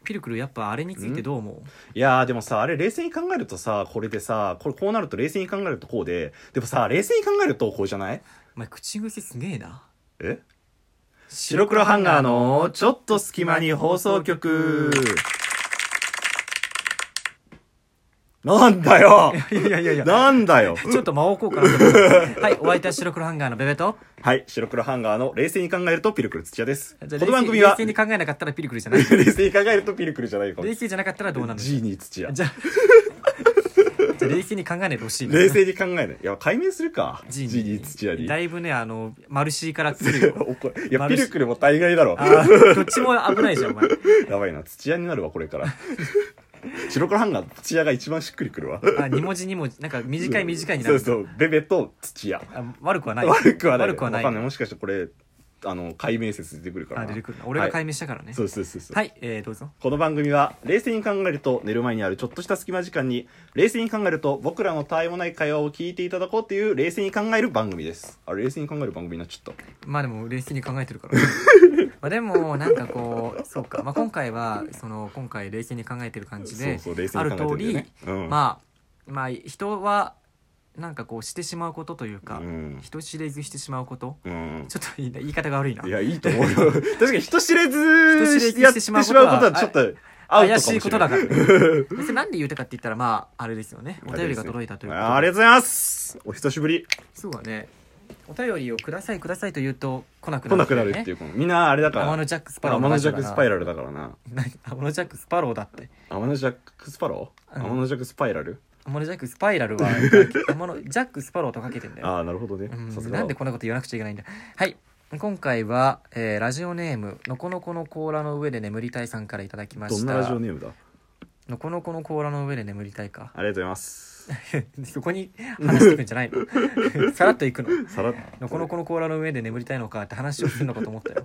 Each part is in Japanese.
ピルクルやっぱあれについてどう思う？ いやーでもさ、あれ冷静に考えるとさ、これでさ、こうなると冷静に考えるとこうで、でもさ、冷静に考えるとこうじゃない？ お前口癖すげえな。 え？白黒ハンガーのちょっと隙間に放送局。なんだよ。 いやなんだよ。 ちょっと間を置こうかなと思ってはい、お相手は白黒ハンガーのベベと。 はい、白黒ハンガーの冷静に考えるとピルクル土屋です。 じゃあこの番組は冷静に考えなかったらピルクルじゃない。 冷静に考えるとピルクルじゃないかも。 冷静じゃなかったらどうなるの？ ジーニー土屋。 じゃあ冷静に考えないでほしいな。 冷静に考えない。いや、解明するか。 ジーニージーニー土屋に。 だいぶね、マルシーから来るよ。 いや、ピルクルも大概だろ。 どっちも危ないじゃん、お前。 やばいな、土屋になるわ、これから。白黒ハンガー、土屋が一番しっくりくるわ。 2文字2文字、なんか短いになる。 そう、ベベと土屋。 悪くはない。 悪くはない。 悪くはない。 わかんない。もしかしてこれ、解明説出てくるからな。 出てくるな。俺が解明したからね。 そう。 はい、どうぞ。 この番組は、冷静に考えると寝る前にあるちょっとした隙間時間に、冷静に考えると僕らのたわいもない会話を聞いていただこうっていう冷静に考える番組です。あ、冷静に考える番組になっちゃった。 まあでも冷静に考えてるから。まあでもなんかこうそうか、まあ、今回は今回冷静に考えてる感じである通り、まあ人はなんかこうしてしまうことというか、人知れずしてしまうこと、ちょっと言い方が悪いな。 いや、いいと思うよ。確かに人知れずやってしまうことはちょっと怪しいことだからね。別になんで言うたかって言ったらまああれですよね、お便りが届いたということで。 ありがとうございます。お久しぶり。 そうだね、お便りをくださいと言うと来なくなるっていう、みんなあれだから天のジャックスパロー天のジャックスパイラルだからな。 天のジャックスパローだって。 天のジャックスパロー、天のジャックスパイラル、 天のジャックスパイラルは天のジャックスパローとかけてんだよ。 ああ、なるほどね。 なんでこんなこと言わなくちゃいけないんだ。はい、今回は、ラジオネームのこのこの甲羅の上で眠りたいさんからいただきました。 どんなラジオネームだ？ のこのこの甲羅の上で眠りたいか。 ありがとうございます。 そこに話していくんじゃないの？さらっといくの？ さらっと。 のこのこの甲羅の上で眠りたいのかって話をするのかと思ったよ。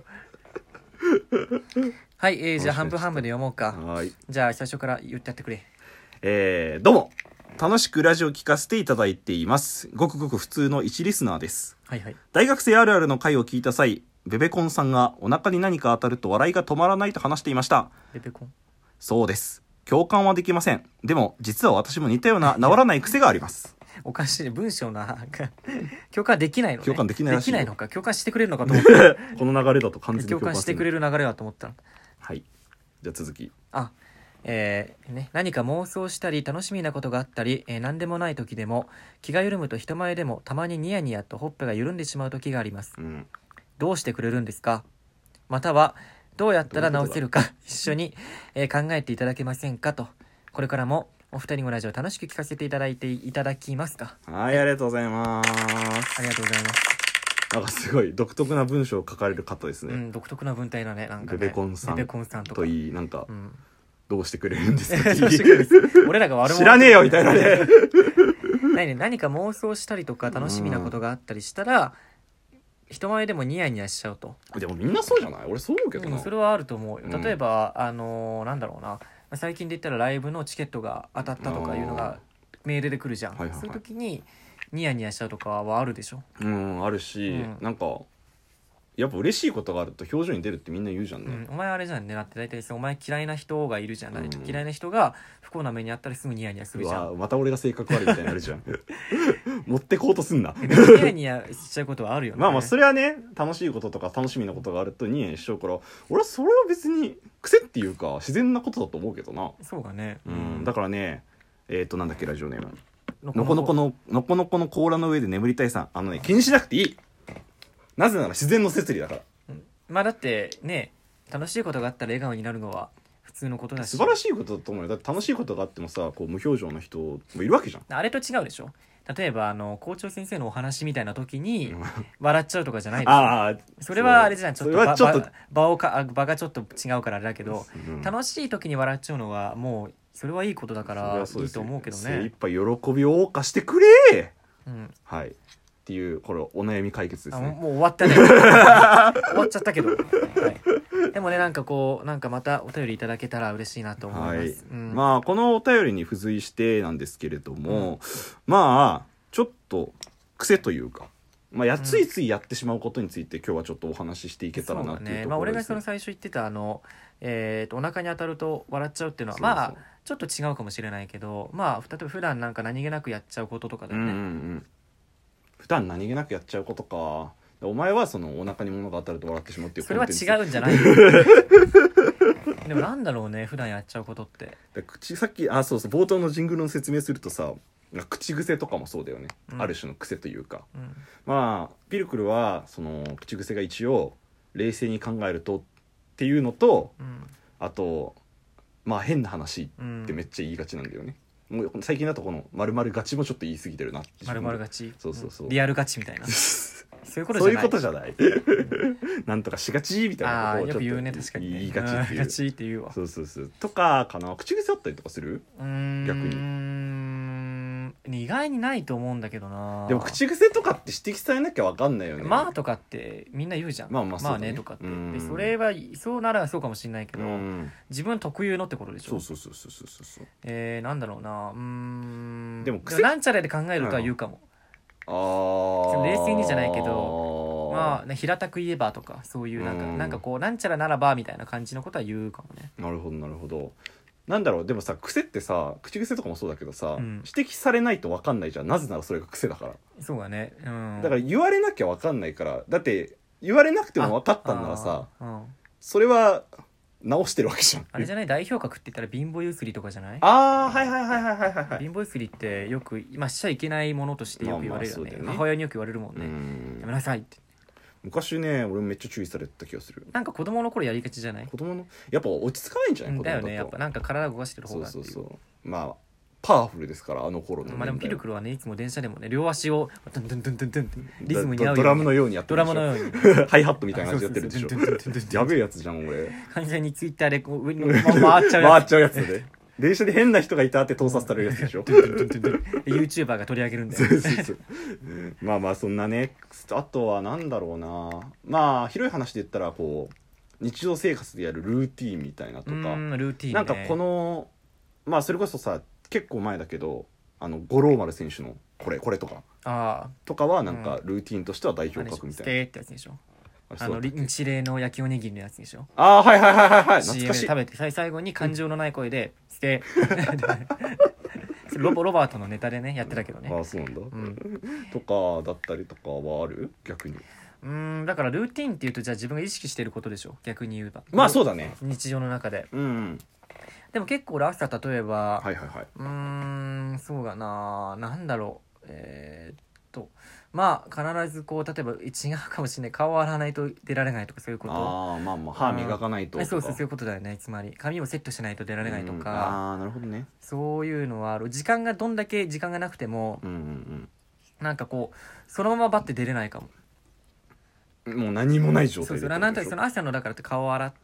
はい、じゃあ半分半分で読もうか。 はい。 じゃあ最初から言ってやってくれ。 どうも。楽しくラジオ聞かせていただいています。ごくごく普通の一リスナーです。 はいはい。 大学生あるあるの回を聞いた際、ベベコンさんがお腹に何か当たると笑いが止まらないと話していました。 ベベコン？ そうです。共感はできません。でも実は私も似たような治らない癖があります。 おかしいね、文章な共感できないのね。 共感できないらしいよ。 できないのか。共感してくれるのかと思ったこの流れだと完全に共感してくれる流れだと思ったの。 はい。じゃあ続き。 何か妄想したり楽しみなことがあったり、何でもない時でも気が緩むと人前でもたまにニヤニヤとほっぺが緩んでしまう時があります。どうしてくれるんですか？またはどうやったら直せるか一緒に、考えていただけませんかと。これからもお二人のラジオ楽しく聞かせていただきますか。 はい、ありがとうございます。 ありがとうございます。 なんかすごい独特な文章を書かれる方ですね。 独特な文体だね。なんかね、 ベベコンさんとかといい、なんか、どうしてくれるんですか俺らが悪者知らねえよみたいなね。 何か妄想したりとか楽しみなことがあったりしたら、人前でもニヤニヤしちゃうと。 でもみんなそうじゃない？俺そう思うけどな。 それはあると思うよ。例えばなんだろうな、最近で言ったらライブのチケットが当たったとかいうのがメールで来るじゃん。そういう時にニヤニヤしちゃうとかはあるでしょ。 あるし、なんかやっぱ嬉しいことがあると表情に出るってみんな言うじゃんね。 お前あれじゃんね。だって大体さ、お前嫌いな人がいるじゃん。嫌いな人が不幸な目にあったらすぐニヤニヤするじゃん。 また俺が性格悪いみたいになるじゃん。持ってこうとすんな。 ニヤニヤしちゃうことはあるよね。 まあそれはね、楽しいこととか楽しみなことがあるとニヤニヤしちゃうから、俺はそれは別に癖っていうか自然なことだと思うけどな。 そうだね。 だからね、なんだっけラジオネームのこのこの甲羅の上で眠りたいさん、気にしなくていい。なぜなら自然の摂理だから。 まあだってね、楽しいことがあったら笑顔になるのは普通のことだし、 素晴らしいことだと思うよ。だって楽しいことがあってもさ、こう無表情の人もいるわけじゃん。 あれと違うでしょ。例えば校長先生のお話みたいな時に笑っちゃうとかじゃないでしょ。それはあれじゃん。ちょっと場がちょっと違うからあれだけど、楽しい時に笑っちゃうのはもうそれはいいことだからいいと思うけどね。 精一杯喜びを謳歌してくれ。はい。っていうこれお悩み解決ですね。 もう終わったね。終わっちゃったけど、でもね、なんかこう、なんかまたお便りいただけたら嬉しいなと思います。 まあこのお便りに付随してなんですけれども、まあちょっと癖というかまあ、ついついやってしまうことについて今日はちょっとお話ししていけたらなっていうところですね。 まあ、俺がその最初言ってたお腹に当たると笑っちゃうっていうのはそうそうまあちょっと違うかもしれないけど、まあ例えば普段なんか何気なくやっちゃうこととかだよね、 普段何気なくやっちゃうことか。お前はそのお腹に物が当たると笑ってしまうっていうそれはコンテンツ違うんじゃないでもなんだろうね、普段やっちゃうことって。 さっきそうそう冒頭のジングルの説明するとさ、口癖とかもそうだよね、ある種の癖というか、まあピルクルはその口癖が一応冷静に考えるとっていうのと、あとまあ変な話ってめっちゃ言いがちなんだよね、もう最近だとこの丸々ガチもちょっと言い過ぎてるなって。 丸々ガチ、 そうそうそう、 リアルガチみたいなそういうことじゃない。 なんとかしがちみたいなことをちょっとよく言うね、確かにね、 言いがちっていう、 ガチって言うわ。 そうそうそうとかかな。口癖あったりとかする？逆に意外にないと思うんだけどな。 でも口癖とかって指摘されなきゃ分かんないよね。 まあとかってみんな言うじゃん。 まあねとかって。でそれはそうならそうかもしれないけど、自分特有のってことでしょ。 そうなんだろうな。 でもなんちゃらで考えるとは言うかも。冷静にじゃないけど、まあ、平たく言えばとかそういうなんかこうなんちゃらならばみたいな感じのことは言うかもね。 なるほどなるほど。なんだろう、でもさ、癖ってさ、口癖とかもそうだけどさ、 指摘されないと分かんないじゃん。なぜならそれが癖だから。 そうだね、 だから言われなきゃ分かんないから。だって言われなくても分かったんならさ、それは直してるわけじゃん。 あれじゃない、代表格って言ったら貧乏ゆすりとかじゃない？ はい。 貧乏ゆすりってよく今しちゃいけないものとしてよく言われるよね。母親によく言われるもんね。やめなさいって。 昔ね、俺めっちゃ注意されてた気がする。 なんか子供の頃やりがちじゃない？ 子供のやっぱ落ち着かないんじゃない？ だよね、やっぱなんか体動かしてる方がっていう。 そうまあパワフルですから、あの頃の。 まあでもピルクルはね、いつも電車でもね、両足をドンドンドンドンドンってリズムに合うようにドラムのようにやってるでしょ。 ドラムのようにハイハットみたいな感じでやってるでしょ。やべえやつじゃん俺。 完全にツイッターでこう上に回っちゃうやつで電車で変な人がいたって盗撮されるやつでしょ。 YouTuber が取り上げるんだよ。 そうまあそんなね。あとはなんだろうな、まあ広い話で言ったらこう日常生活でやるルーティーンみたいなとか、 ルーティーンね、 なんかこのまあそれこそさ、結構前だけど五郎丸選手のこれとかはなんかルーティーンとしては代表格みたいな。 ステーってやつでしょ。日例の焼きおにぎりのやつでしょ。 はい懐かしい。 CM で食べて最後に感情のない声でステーロバートのネタでねやってたけどね。 そうなんだ、とかだったりとかはある？逆にだからルーティンっていうと、じゃあ自分が意識してることでしょ、逆に言えば。 まあそうだね、 日常の中で。でも結構俺朝例えばそうだな、なんだろう、まあ必ずこう例えば違うかもしれない、顔を洗わないと出られないとかそういうこと。 まあ歯磨かないととか、 そういうことだよね。つまり髪をセットしないと出られないとか、 なるほどね。 そういうのはある。どんだけ時間がなくても、なんかこうそのままバッて出れないかも。 もう何もない状態で。 そうなんとその朝のだからって顔を洗って、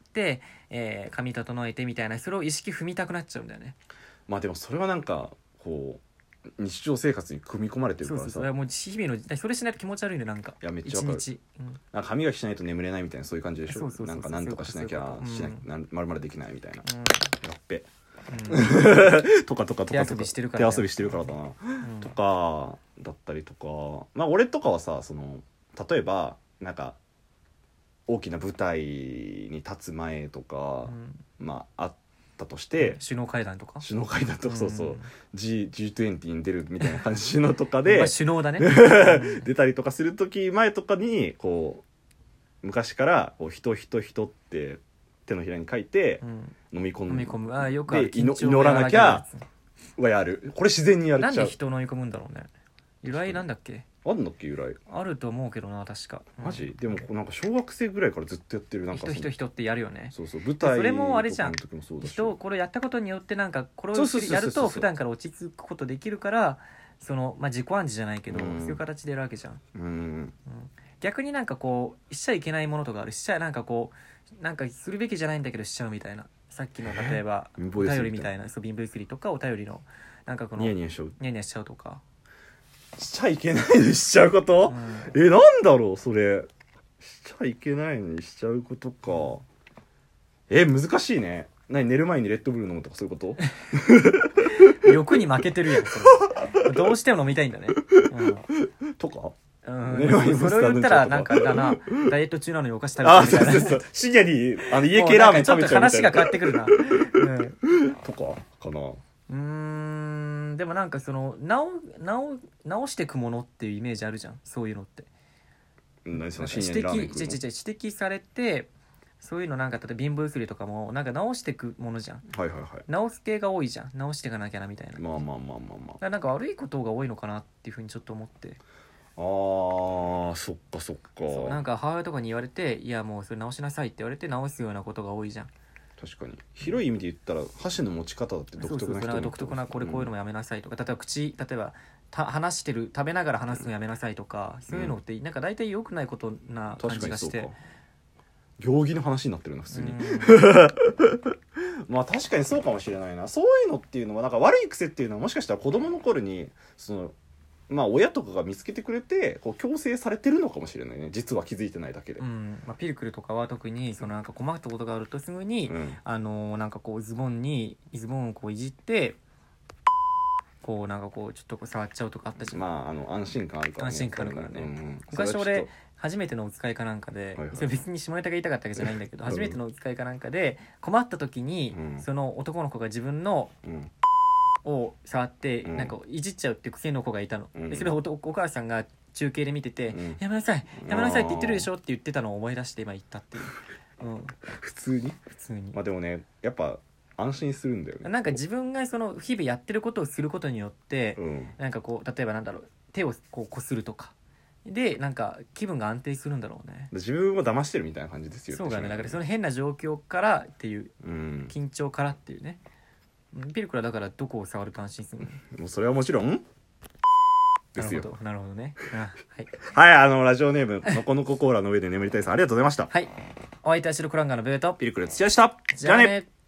髪整えてみたいな、それを意識踏みたくなっちゃうんだよね。 まあでもそれはなんかこう日常生活に組み込まれてるからさ。 そうもう日々のそれしないと気持ち悪いね、なんか。 いやめっちゃわかる。なんか歯磨きしないと眠れないみたいな、そういう感じでしょ。なんかなんとかしなきゃまるまるできないみたいな。やっべ。とか手遊びしてるからだな。とかだったりとか、まあ俺とかはさ、その例えばなんか大きな舞台に立つ前とか、まああったとして、 首脳会談とかそうG20 に出るみたいな感じのとかで首脳だね出たりとかする時前とかにこう昔からこう人って手のひらに書いて飲み込む、 よくあるで祈らなきゃやる。これ自然にやる。 なんで人飲み込むんだろうね。由来なんだっけ？ あんだっけ由来？ あると思うけどな、確か。 マジ？でもなんか小学生ぐらいからずっとやってる。なんか人ってやるよね。 そう舞台それもあれじゃん。 人これやったことによってなんかこれをやると普段から落ち着くことできるから、そのまあ自己暗示じゃないけど、そういう形でやるわけじゃん。逆になんかこうしちゃいけないものとかあるし、なんかこうなんかするべきじゃないんだけどしちゃうみたいな。さっきの例えばお便りみたいな、貧乏ゆすりとかお便りのなんかこのニヤニヤしちゃうとか。 しちゃいけないにしちゃうこと、なんだろうそれ。しちゃいけないのにしちゃうことか。難しいね。寝る前にレッドブル飲むとかそういうこと？ 欲に負けてるやんそれ。どうしても飲みたいんだね、 とかうん寝る前にブースターそれを言ったらなんかあれだなダイエット中なのにお菓子食べてあるみたいなそうそうそう深夜に家系ラーメン食べちゃうみたいなちょっと話が変わってくるな、 とかかな。 でもなんかその直してくものっていうイメージあるじゃんそういうのって。 何その指深夜にラーメン摘食うの。 指摘されてそういうのなんか例えば貧乏ゆすりとかもなんか直してくものじゃん。 はいはいはい。 直す系が多いじゃん。直していかなきゃなみたいな。 まあまあまあまあまあ。 だからなんか悪いことが多いのかなっていうふうにちょっと思って。 あーそっかそっか。 そうなんか母親とかに言われていやもうそれ直しなさいって言われて直すようなことが多いじゃん。 確かに広い意味で言ったら箸の持ち方だって独特な人そうなんか独特なこういうのもやめなさいとか、例えば話してる食べながら話すのやめなさいとか、そういうのってなんか大体良くないことな感じがして。 行儀の話になってるな普通にまあ確かにそうかもしれないな。そういうのっていうのはなんか悪い癖っていうのはもしかしたら子供の頃にそのまあ親とかが見つけてくれてこう強制されてるのかもしれないね。実は気づいてないだけで、 ピルクルとかは特にそのなんか困ったことがあるとすぐに、なんかこうズボンをこういじってこうなんかこうちょっとこう触っちゃうとかあったじゃん。 まあ安心感あるからね。 安心感あるからね、昔俺初めてのお使いかなんかで、それ別に下ネタが言いたかったわけじゃないんだけど、初めてのお使いかなんかで困った時に、その男の子が自分の、を触ってなんかいじっちゃうっていう癖の子がいたの、でそれをお母さんが中継で見てて、やめなさいやめなさいって言ってるでしょって言ってたのを思い出して今言ったっていう、 普通にまあでもねやっぱ安心するんだよね。 なんか自分がその日々やってることをすることによって、なんかこう例えばなんだろう手をこうこするとかでなんか気分が安定するんだろうね。 自分を騙してるみたいな感じですよ。 そうだね。だからその変な状況からっていう、緊張からっていうね。ピルクラだからどこを触ると安心するの？ もうそれはもちろんですよ。 なるほどね。 はい、はい、ラジオネームのこのこコーラの上で眠りたいさんありがとうございました。 はい。お相手はシルクランガーのベートピルクラ土屋でした。じゃあね。